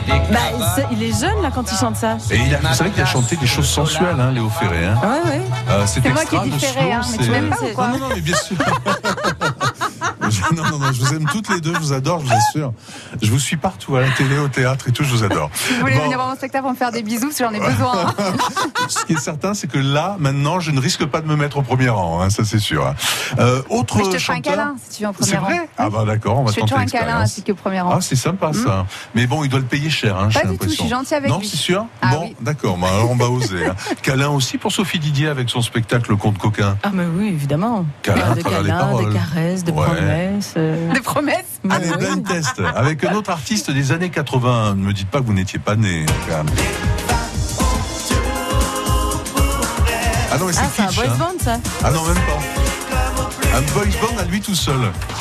Il est jeune là quand il chante ça. Et vous savez qu'il a chanté des choses sensuelles, Léo Ferré. Ouais. C'est moi qui dis Ferré, mais tu m'aimes pas ou quoi ? Non, mais bien sûr. Non, je vous aime toutes les deux, je vous adore, je vous assure. Je vous suis partout, à la télé, au théâtre et tout, je vous adore. Si vous voulez venir voir mon spectacle pour me faire des bisous, si j'en ai besoin. Ce qui est certain, c'est que là, maintenant, je ne risque pas de me mettre au premier rang, hein, ça c'est sûr. Autre je te ferai un chanteur. câlin si tu viens au premier rang. C'est vrai ? Ah bah d'accord, on va tenter l'expérience. Je fais toujours un câlin ainsi qu'au premier rang. Ah, c'est sympa ça. Mais bon, il doit le payer cher, hein, pas du tout, je suis gentil avec lui. Non, c'est sûr ? Ah, bon, oui. d'accord, bah, alors on va oser. Hein. Câlin aussi pour Sophie Didier avec son spectacle Le Conte Coquin. Ah mais oui, évidemment. Câlin, des câlins, des caresses, des promesses. Des promesses. Allez, blind test avec un autre artiste des années 80. Ne me dites pas que vous n'étiez pas né. Ah non, mais c'est un boys band ça. Ah non, même pas. Un boys band à lui tout seul.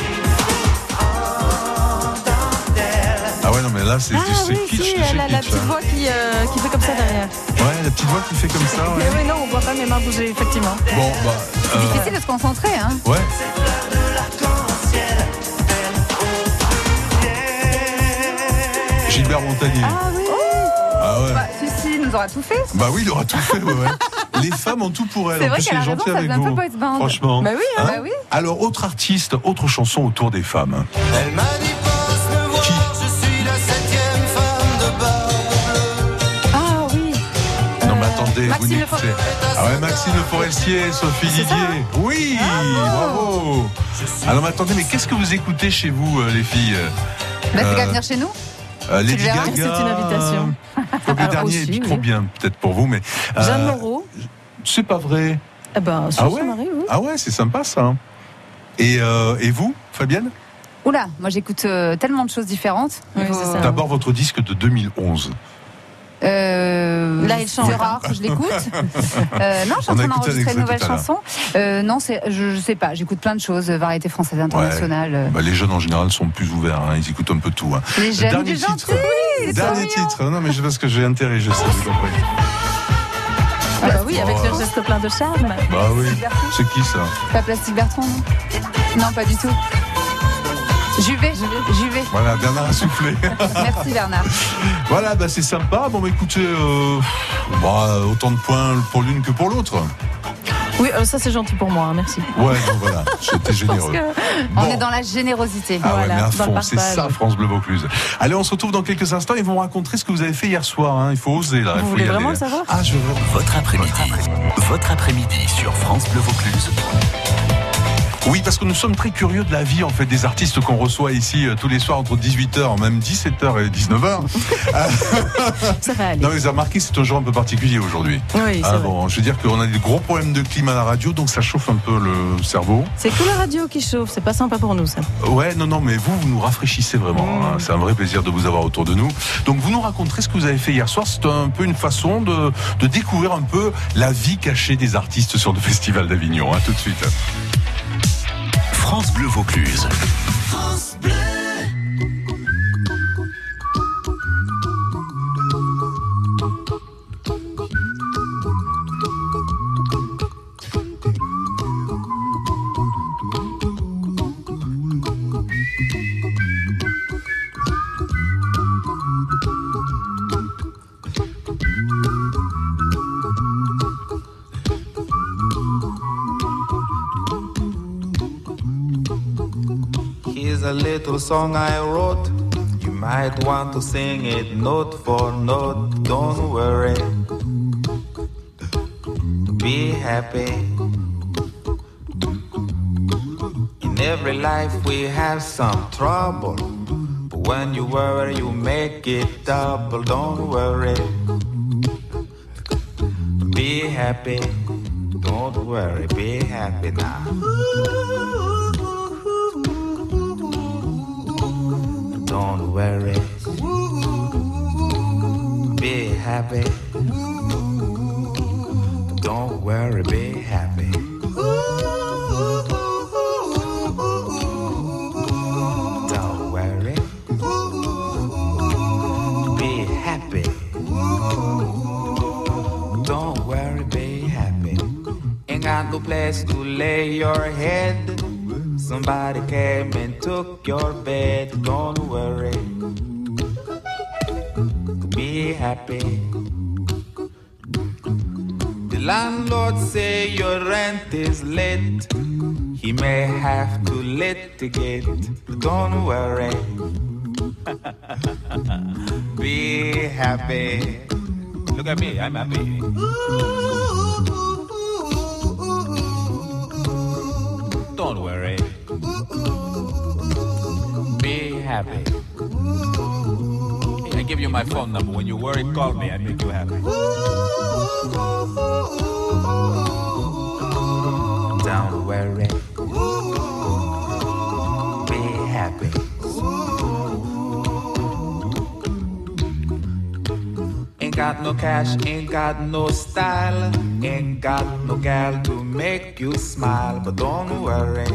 Ah ouais, non, mais là, c'est kitsch. Si, elle a la petite voix qui fait comme ça derrière. Ouais, la petite voix qui fait comme ça. Ouais. Mais oui, non, on voit pas mes mains bouger, effectivement. Bon, bah. C'est difficile de se concentrer, hein. Ouais. Gilbert Montagnier. Ah oui. Ah ouais. Bah, si, il nous aura tout fait. Bah oui, il aura tout fait, ouais. Les femmes ont tout pour elle. C'est en vrai plus, qu'elle il est a raison, gentil ça avec faisait un peu vous. boys band. Franchement. Bah oui, hein. Bah oui. Alors, autre artiste, autre chanson autour des femmes. Elle m'a dit passe me voir, je suis la 7e femme de barbe bleue. Ah oui. Non mais attendez, Maxime vous Le n'écoutez. Ah ouais, Maxime Le Forestier, Sophie Didier. Ça, oui, bravo. Alors mais attendez, mais qu'est-ce que vous écoutez chez vous, les filles? Bah c'est qu'à venir chez nous. Lady Gaga. C'est une invitation. Le dernier est trop bien, peut-être pour vous, mais. Jeanne Moreau. C'est pas vrai. Eh ben, ah ouais, son mari, oui. Ah ouais, c'est sympa ça. Et vous, Fabienne? Oula, moi j'écoute tellement de choses différentes. Oui, c'est ça. D'abord votre disque de 2011. Là, c'est rare que je l'écoute. Non, je suis en train d'enregistrer une nouvelle chanson. Non, je sais pas. J'écoute plein de choses, variété française internationale. Ouais. Bah, les jeunes en général sont plus ouverts. Hein, ils écoutent un peu tout. Hein. Les jeunes, des gentils. Dernier titre. Non, mais parce que j'ai intérêt, je sais. J'ai compris. Ah bah oui, avec le geste plein de charme. Bah oui. C'est qui ça? Pas Plastique Bertrand, non? Non, pas du tout. Juvet. Voilà, Bernard a soufflé. Merci Bernard. Voilà, bah c'est sympa. Bon, bah, écoutez, autant de points pour l'une que pour l'autre. Oui, ça c'est gentil pour moi, hein, merci. Ouais, donc voilà, j'étais généreux. On est dans la générosité. Ah voilà, ouais, mais à fond, c'est ça France Bleu Vaucluse. Allez, on se retrouve dans quelques instants et vous me raconterez ce que vous avez fait hier soir. Hein. Il faut oser là. Vous voulez vraiment le savoir? Ah, je veux. Votre après-midi sur France Bleu Vaucluse. Oui, parce que nous sommes très curieux de la vie en fait des artistes qu'on reçoit ici tous les soirs entre 18h, même 17h et 19h. Ça va aller. Non, mais vous avez remarqué, c'est un jour un peu particulier aujourd'hui. Oui, c'est bon, je veux dire qu'on a des gros problèmes de climat à la radio, donc ça chauffe un peu le cerveau. C'est que la radio qui chauffe, c'est pas sympa pour nous ça. Ouais, non, mais vous nous rafraîchissez vraiment. Hein. C'est un vrai plaisir de vous avoir autour de nous. Donc vous nous raconterez ce que vous avez fait hier soir. C'est un peu une façon de découvrir un peu la vie cachée des artistes sur le Festival d'Avignon. Tout de suite. France Bleu Vaucluse. France Bleu. A little song I wrote. You might want to sing it note for note. Don't worry, be happy. In every life we have some trouble, but when you worry you make it double. Don't worry, be happy. Don't worry, be happy now. Don't worry, be happy. Don't worry, be happy. Don't worry, be happy. Don't worry, be happy. Ain't got no place to lay your head. Somebody came and took your bed. Don't worry, be happy. The landlord say your rent is late, he may have to litigate. Don't worry. Be happy. Look at me, I'm happy. Don't worry. Be happy. I give you my phone number. When you worry, call me. I make you happy. Don't worry. Be happy. Ain't got no cash, ain't got no style, ain't got no gal to make you smile. But don't worry.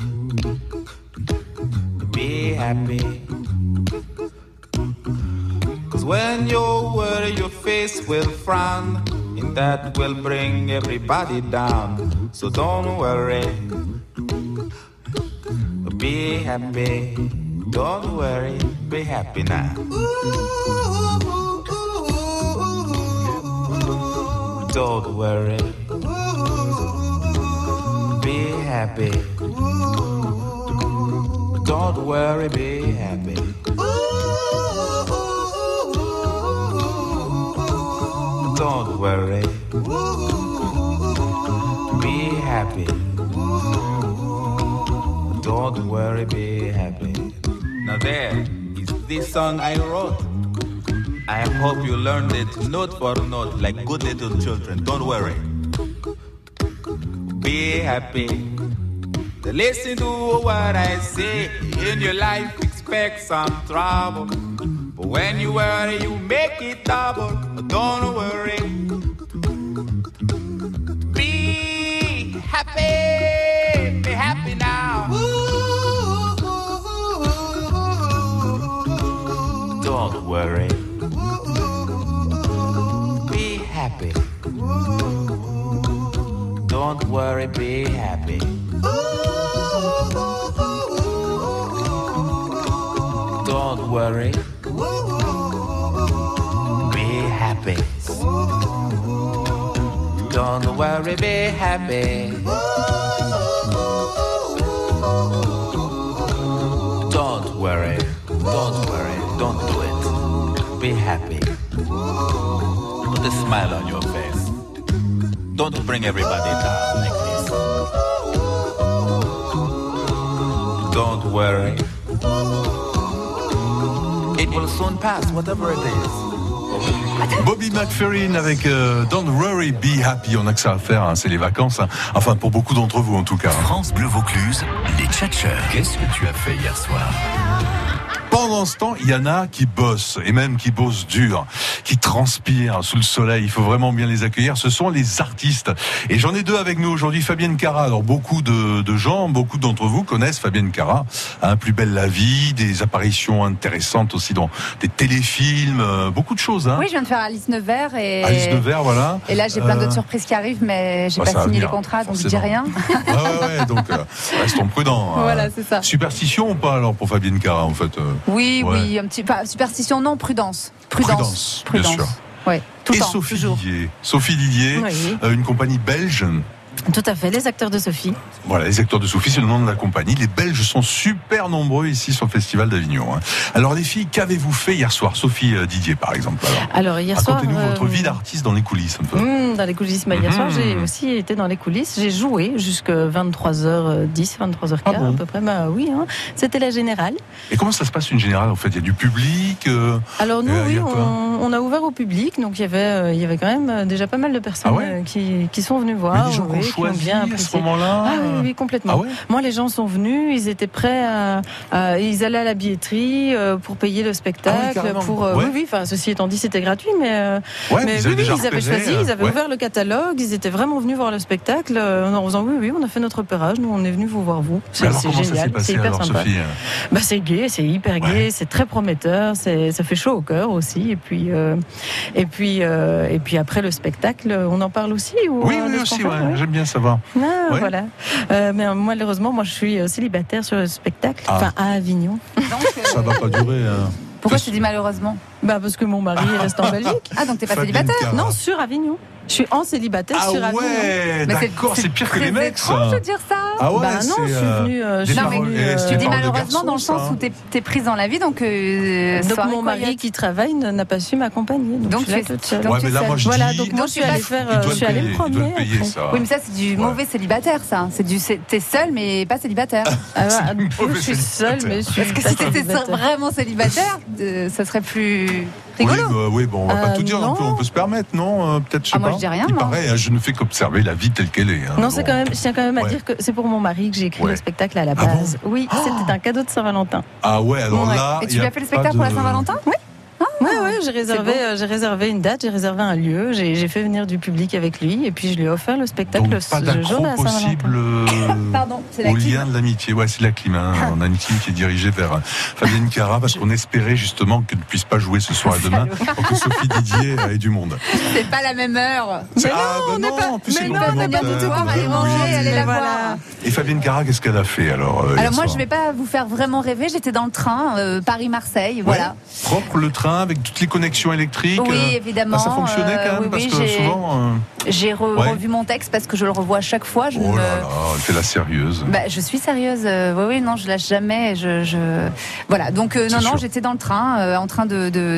Be happy. Cause when you worry, your face will frown, and that will bring everybody down. So don't worry. Be happy. Don't worry. Be happy now. Don't worry. Be happy. Don't worry, be happy. Don't worry. Be happy. Don't worry, be happy. Now there is this song I wrote. I hope you learned it note for note like good little children. Don't worry. Be happy. Listen to what I say. In your life, expect some trouble. But when you worry, you make it double. Don't worry. Be happy. Be happy now. Don't worry. Be happy. Don't worry, be happy. Don't worry. Be happy. Don't worry, be happy. Don't worry. Don't worry. Don't do it. Be happy. Put a smile on your face. Don't bring everybody down like this. Don't worry. It will soon pass, whatever it is. Bobby McFerrin avec Don't Worry, Be Happy. On a que ça à faire, hein, c'est les vacances. Hein. Enfin, pour beaucoup d'entre vous en tout cas. France Bleu Vaucluse, les tchatcheurs. Qu'est-ce que tu as fait hier soir ? Pendant ce temps, il y en a qui bossent, et même qui bossent dur, qui transpirent sous le soleil. Il faut vraiment bien les accueillir. Ce sont les artistes. Et j'en ai deux avec nous aujourd'hui. Fabienne Cara. Alors, beaucoup de gens, beaucoup d'entre vous connaissent Fabienne Cara. Hein, Plus belle la vie, des apparitions intéressantes aussi dans des téléfilms, beaucoup de choses. Hein. Oui, je viens de faire Alice Nevers. Alice Nevers, voilà. Et là, j'ai plein d'autres surprises qui arrivent, mais j'ai pas signé les contrats, donc je dis rien. Ouais, donc restons prudents. Voilà, c'est ça. Superstition ou pas alors pour Fabienne Cara, en fait Oui, un petit peu. Superstition, non, prudence. Prudence, bien sûr. Ouais, tout le temps, Sophie Didier, oui. Une compagnie belge. Tout à fait, les acteurs de Sophie. Voilà, les acteurs de Sophie, c'est le nom de la compagnie. Les Belges sont super nombreux ici sur le Festival d'Avignon. Hein. Alors les filles, qu'avez-vous fait hier soir ? Sophie Didier, par exemple. Alors hier soir, racontez-nous votre vie d'artiste dans les coulisses un peu. Dans les coulisses, hier soir, j'ai aussi été dans les coulisses. J'ai joué jusqu'à 23h10, 23h15 à peu près. Bah oui, hein. C'était la Générale. Et comment ça se passe une Générale en fait ? Il y a du public Alors nous, oui, on a ouvert au public, donc il y avait quand même déjà pas mal de personnes qui sont venues voir. Mais des gens qui ont bien à ce moment-là. Ah oui, complètement. Moi, les gens sont venus, ils étaient prêts ils allaient à la billetterie pour payer le spectacle. Oui, enfin, ceci étant dit, c'était gratuit, mais ils avaient choisi, ils avaient ouvert le catalogue, ils étaient vraiment venus voir le spectacle en disant oui, on a fait notre repérage, nous on est venus vous voir vous. C'est génial, c'est hyper sympa. Sophie c'est gai, c'est hyper gai, c'est très prometteur, ça fait chaud au cœur aussi, et puis après le spectacle, on en parle aussi Oui, aussi, j'aime bien savoir. Voilà. Mais malheureusement, moi je suis célibataire sur le spectacle, à Avignon. Donc, ça va pas durer. Pourquoi tu dis malheureusement? Parce que mon mari reste en Belgique. Ah, donc t'es pas célibataire? Non, sur Avignon. Je suis en célibataire sur Avignon. Ah ouais, d'accord, c'est pire que les mecs, ça. C'est étrange de dire ça. Ah ouais, non, je suis venue. Tu dis malheureusement dans le sens où t'es prise dans la vie, donc. Donc mon mari qui travaille n'a pas su m'accompagner. Donc je suis toute seule. Ouais, mais là, moi je dis. Voilà, donc moi je suis allée me promener. Oui, mais ça c'est du mauvais célibataire, ça. T'es seule mais pas célibataire. Je suis seule mais je suis. Parce que si t'étais vraiment célibataire, ça serait plus rigolo. Oui, bon, on va pas tout dire non plus, on peut se permettre, non? Peut-être, je sais pas. Moi je dis rien. Il paraît, je ne fais qu'observer la vie telle qu'elle est. Non, c'est quand même. Je tiens quand même à dire que c'est pour mon mari que j'ai écrit le spectacle à la base. Oui, c'était un cadeau de Saint-Valentin. Ah ouais, alors là. Et tu lui as fait le spectacle pour la Saint-Valentin? Oui. Ouais, j'ai réservé une date, j'ai réservé un lieu, j'ai fait venir du public avec lui et puis je lui ai offert le spectacle le jour de la Saint-Valentin. Pardon, c'est au lien de l'amitié. Ouais, c'est la clim. On a une team qui est dirigée vers Fabienne Cara parce qu'on espérait justement qu'elle ne puisse pas jouer ce soir et demain pour que Sophie Didier ait du monde. C'est pas la même heure. Mais non, on n'est pas. On va bien du voir, aller manger, aller la voir. Et Fabienne Cara, qu'est-ce qu'elle a fait alors? Alors moi, je vais pas vous faire vraiment rêver. J'étais dans le train Paris-Marseille, voilà. Propre le train avec toutes les connexions électriques. Oui, évidemment. Ça fonctionnait quand même parce que souvent. J'ai revu mon texte parce que je le revois à chaque fois. Oh là là, t'es la sérieuse. Je suis sérieuse. Oui, non, je lâche jamais. Voilà. Donc non, j'étais dans le train, en train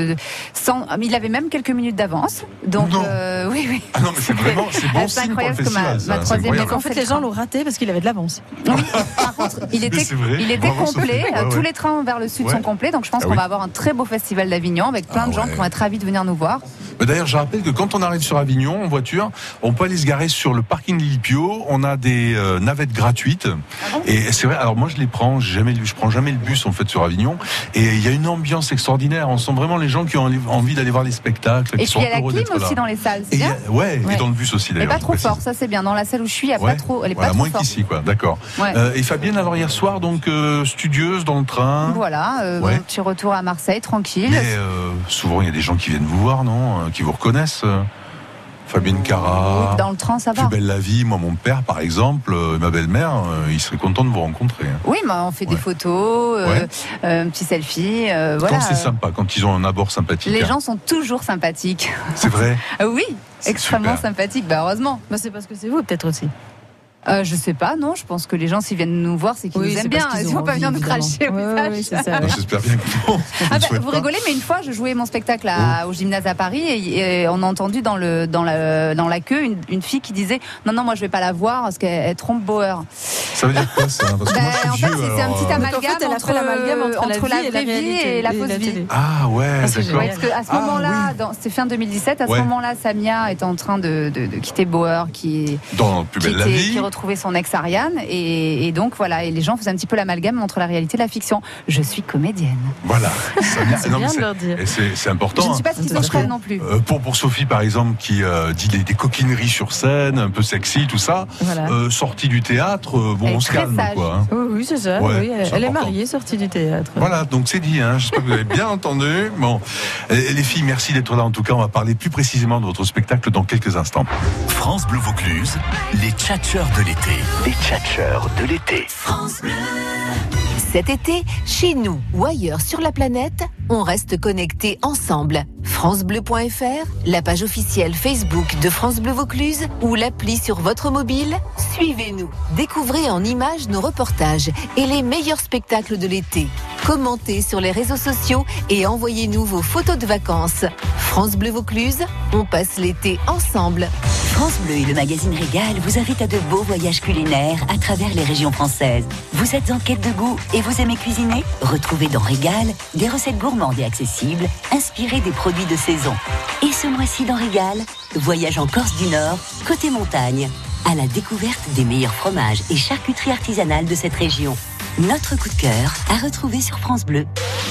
il avait même quelques minutes d'avance. Donc oui. Ah non, mais c'est vraiment, c'est bon signe pour le festival. Ma troisième. En fait, les gens l'ont raté parce qu'il avait de l'avance. Oui. Par contre, il était complet. Tous les trains vers le sud sont complets. Donc je pense qu'on va avoir un très beau festival d'Avignon avec plein de gens qui vont être ravis de venir nous voir. D'ailleurs, je rappelle que quand on arrive sur Avignon en voiture, on peut aller se garer sur le parking Lilipio. On a des navettes gratuites. Et c'est vrai. Alors moi, je les prends. Je prends jamais le bus en fait sur Avignon. Et il y a une ambiance extraordinaire. On sent vraiment les gens qui ont envie d'aller voir les spectacles. Et puis il y a la clim aussi dans les salles. C'est bien. Et dans le bus aussi d'ailleurs. Mais pas trop fort. Ça c'est bien. Dans la salle où je suis, il y a pas trop. Elle est pas trop moins forte. qu'ici, quoi. D'accord. Et Fabienne, alors hier soir, donc studieuse dans le train. Voilà. Mon petit retour à Marseille, tranquille. Mais souvent, il y a des gens qui viennent vous voir, non? Qui vous reconnaissent. Fabienne Cara. Dans le train, ça va. Plus belle la vie. Moi, mon père, par exemple, ma belle-mère, il serait content de vous rencontrer. Oui, mais on fait des photos, un petit selfie. Voilà. Quand c'est sympa, quand ils ont un abord sympathique. Les gens sont toujours sympathiques. C'est vrai. Oui, extrêmement sympathiques. Heureusement. C'est parce que c'est vous, peut-être aussi. Je sais pas, non. Je pense que les gens, s'ils viennent nous voir, c'est qu'ils nous aiment bien. Ils vont pas venir nous cracher au visage. Oui, c'est ça. J'espère bien que vous rigolez, mais une fois, je jouais mon spectacle au gymnase à Paris et on a entendu dans la queue une fille qui disait non, moi je vais pas la voir parce qu'elle trompe Bauer. Ça veut dire quoi ça? Parce que moi, je suis vieux, c'est un petit amalgame entre la vraie vie et la fausse vie. Ah ouais, d'accord. Parce qu'à ce moment-là, c'était fin 2017, à ce moment-là, Samia était en train de quitter Bauer qui retrouvait son ex Ariane et donc voilà, et les gens faisaient un petit peu l'amalgame entre la réalité et la fiction. Je suis comédienne. Voilà. C'est bien de leur dire. C'est important. Je ne suis pas schizophrène non plus. Pour Sophie par exemple qui dit des coquineries sur scène, un peu sexy, tout ça, sortie du théâtre, on se calme quoi. Hein. Oui, c'est ça. Oui, elle est mariée, sortie du théâtre. Voilà, donc c'est dit. J'espère que vous avez bien entendu. Bon, les filles, merci d'être là. En tout cas, on va parler plus précisément de votre spectacle dans quelques instants. France Bleu Vaucluse, les tchatcheurs de l'été. Les tchatcheurs de l'été. France Bleu. Cet été, chez nous ou ailleurs sur la planète, on reste connectés ensemble. FranceBleu.fr, la page officielle Facebook de France Bleu Vaucluse ou l'appli sur votre mobile. Suivez-nous, découvrez en images nos reportages et les meilleurs spectacles de l'été. Commentez sur les réseaux sociaux et envoyez-nous vos photos de vacances. France Bleu Vaucluse, on passe l'été ensemble. France Bleu et le magazine Régal vous invitent à de beaux voyages culinaires à travers les régions françaises. Vous êtes en quête de goût et vous aimez cuisiner? Retrouvez dans Régal des recettes gourmandes et accessibles, inspirées des produits de saison. Et ce mois-ci dans Régal, voyage en Corse du Nord, côté montagne, à la découverte des meilleurs fromages et charcuteries artisanales de cette région. Notre coup de cœur à retrouver sur France Bleu.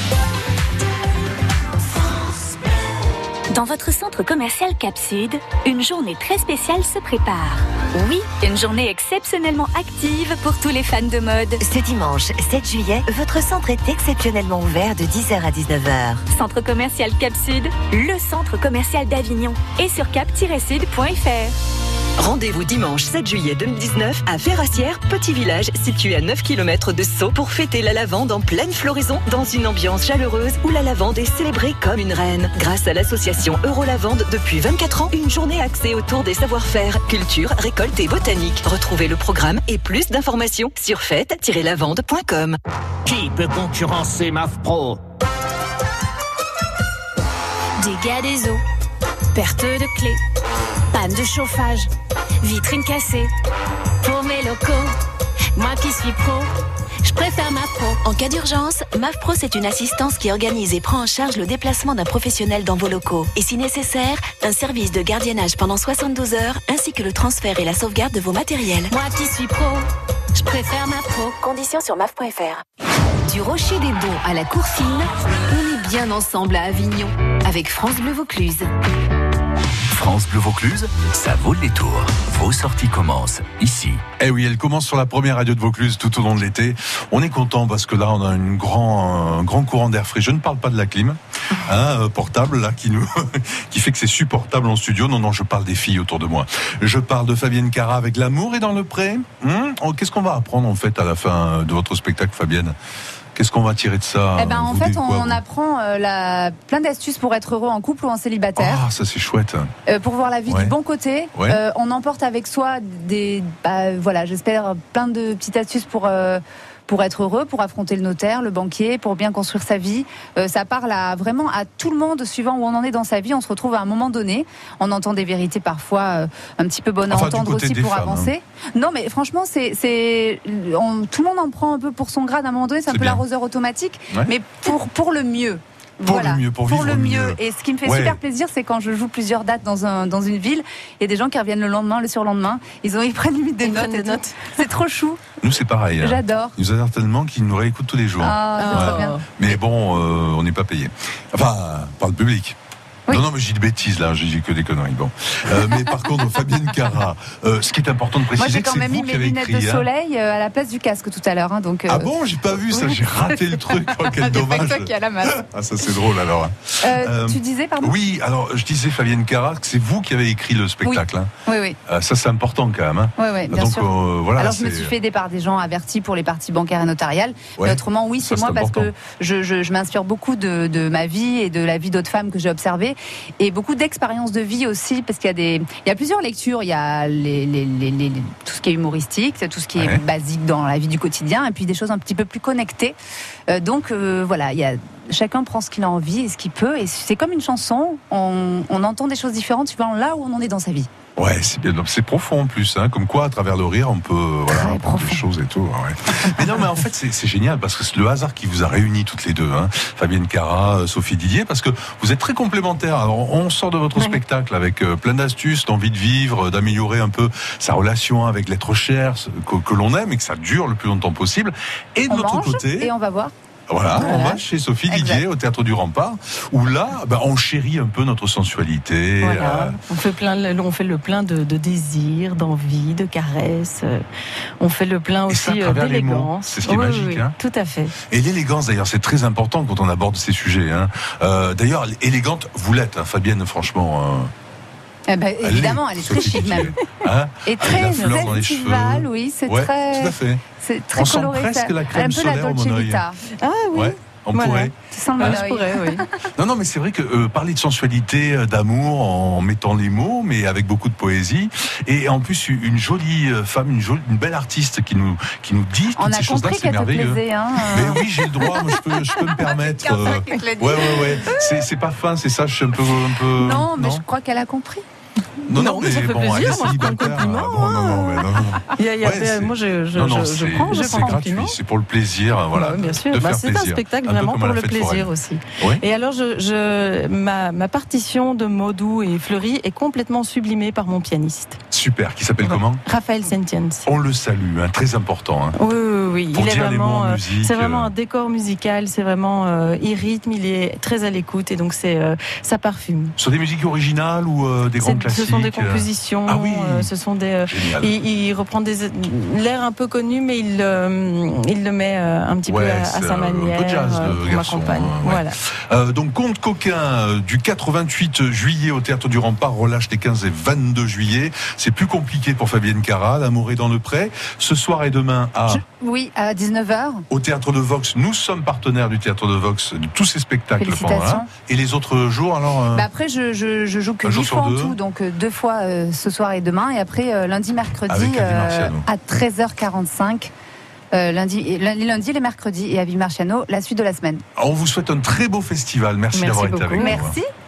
Dans votre centre commercial Cap Sud, une journée très spéciale se prépare. Oui, une journée exceptionnellement active pour tous les fans de mode. Ce dimanche 7 juillet, votre centre est exceptionnellement ouvert de 10h à 19h. Centre commercial Cap Sud, le centre commercial d'Avignon. Et sur cap-sud.fr. Rendez-vous dimanche 7 juillet 2019 à Ferrassières, petit village situé à 9 km de Sceaux pour fêter la lavande en pleine floraison dans une ambiance chaleureuse où la lavande est célébrée comme une reine. Grâce à l'association Eurolavande, depuis 24 ans, une journée axée autour des savoir-faire, culture, récolte et botanique. Retrouvez le programme et plus d'informations sur fête-lavande.com. Qui peut concurrencer MAF Pro? Dégâts des eaux, perte de clés, panne de chauffage, vitrine cassée. Pour mes locaux, moi qui suis pro, je préfère MAF Pro. En cas d'urgence, MAF Pro, c'est une assistance qui organise et prend en charge le déplacement d'un professionnel dans vos locaux. Et si nécessaire, un service de gardiennage pendant 72 heures, ainsi que le transfert et la sauvegarde de vos matériels. Moi qui suis pro, je préfère MAF Pro. Conditions sur maf.fr. Du Rocher des Bons à la Courfine, on est bien ensemble à Avignon avec France Bleu Vaucluse. France Bleu Vaucluse, ça vaut le détour. Vos sorties commencent ici. Eh oui, elle commence sur la première radio de Vaucluse tout au long de l'été. On est content parce que là, on a un grand courant d'air frais. Je ne parle pas de la clim portable là qui fait que c'est supportable en studio. Non, je parle des filles autour de moi. Je parle de Fabienne Cara avec L'amour est dans le pré. Qu'est-ce qu'on va apprendre en fait à la fin de votre spectacle, Fabienne ? Qu'est-ce qu'on va tirer de ça ? En fait, on apprend plein d'astuces pour être heureux en couple ou en célibataire. Ah, ça c'est chouette. Pour voir la vie du bon côté. Ouais. On emporte avec soi j'espère plein de petites astuces pour être heureux, pour affronter le notaire, le banquier, pour bien construire sa vie. Ça parle vraiment à tout le monde, suivant où on en est dans sa vie. On se retrouve à un moment donné. On entend des vérités parfois un petit peu bonnes à entendre aussi pour avancer. Non, mais franchement, tout le monde en prend un peu pour son grade à un moment donné. C'est un peu l'arroseur automatique, mais pour le mieux. Pour le mieux. Et ce qui me fait super plaisir, c'est quand je joue plusieurs dates dans une ville, il y a des gens qui reviennent le lendemain, le surlendemain. Ils prennent limite des notes. C'est trop chou. Nous, c'est pareil. J'adore. Ils nous adorent tellement qu'ils nous réécoutent tous les jours. C'est trop bien. Mais bon, on n'est pas payé. Enfin, par le public. Oui. Non, mais j'ai des bêtises là, j'ai que des conneries. Bon. Mais par contre, Fabienne Cara, ce qui est important de préciser, c'est que c'est vous qui avez écrit. Moi, j'ai quand même mis mes lunettes de soleil à la place du casque tout à l'heure. Donc, Ah bon, j'ai pas vu ça, j'ai raté le truc. Quel dommage. C'est toi qui as la masse. Ah, ça c'est drôle alors. Tu disais, pardon ? Oui, alors je disais, Fabienne Cara, que c'est vous qui avez écrit le spectacle. Oui. Ça c'est important quand même. Oui, bien sûr. Alors je me suis fait aider par des gens avertis pour les parties bancaires et notariales. Mais autrement, oui, c'est moi parce que je m'inspire beaucoup de ma vie et de la vie d'autres femmes que j'ai observées. Et beaucoup d'expériences de vie aussi, parce qu'il y a plusieurs lectures. Il y a tout ce qui est humoristique, tout ce qui est basique dans la vie du quotidien, et puis des choses un petit peu plus connectées. Chacun prend ce qu'il a envie et ce qu'il peut, et c'est comme une chanson. On entend des choses différentes suivant là où on en est dans sa vie. Ouais, c'est bien, c'est profond en plus, comme quoi à travers le rire on peut apprendre des choses et tout. Ouais. Mais non, mais en fait c'est génial parce que c'est le hasard qui vous a réunis toutes les deux, Fabienne Cara, Sophie Didier, parce que vous êtes très complémentaires. Alors on sort de votre spectacle avec plein d'astuces, d'envie de vivre, d'améliorer un peu sa relation avec l'être cher que l'on aime et que ça dure le plus longtemps possible. Et de l'autre côté, et on va voir. Voilà, on va chez Sophie Didier au Théâtre du Rempart, où là, on chérit un peu notre sensualité. Voilà. On fait le plein de désirs, d'envie, de caresses. On fait le plein aussi d'élégance. C'est ce qui est magique. Oui, tout à fait. Et l'élégance, d'ailleurs, c'est très important quand on aborde ces sujets. D'ailleurs, élégante, vous l'êtes, Fabienne, franchement. Évidemment, elle est très chic même. Et très estivale, oui, c'est très. Tout à fait. C'est très on coloré. Sent presque la crème solaire au mon œil. Ah oui. Ouais, on pourrait. Tu sens mon œil. Oui. Non, mais c'est vrai que parler de sensualité, d'amour, en mettant les mots, mais avec beaucoup de poésie, et en plus une jolie femme, une belle artiste qui nous dit toutes ces choses-là, c'est merveilleux. Mais oui, j'ai le droit, moi, je peux me permettre. Ouais. C'est pas fin, c'est ça, je suis un peu. Non, mais je crois qu'elle a compris. Non, mais ça fait plaisir, moi je prends le compliment. Moi je prends c'est gratuit, c'est pour le plaisir, voilà. Bien sûr, c'est un spectacle vraiment pour le plaisir aussi. Et alors ma partition de mots doux et fleuris est complètement sublimée par mon pianiste. Super, qui s'appelle comment ? Raphaël Sentiens. On le salue, très important. Oui. oui. Il est vraiment, c'est vraiment un décor musical, c'est vraiment, il rythme, il est très à l'écoute et donc ça parfume. Ce sont des musiques originales ou des grands classiques? Ce sont des compositions, ce sont des, il reprend l'air un peu connu, mais il le met un petit peu à sa manière. Un peu jazz, pour m'accompagner. Voilà. Donc, Conte Coquin, du 4 au 28 juillet au Théâtre du Rempart, relâche les 15 et 22 juillet. C'est plus compliqué pour Fabienne Cara, L'amour est dans le pré. Ce soir et demain à 19h. Au Théâtre de Vox. Nous sommes partenaires du Théâtre de Vox, de tous ces spectacles. Félicitations. Et les autres jours, alors après, je joue que 8 fois en tout, donc 2 fois ce soir et demain. Et après, lundi, mercredi, à 13h45. Lundi, les mercredis et à Vivi Marciano, la suite de la semaine. On vous souhaite un très beau festival. Merci d'avoir été avec nous. Merci.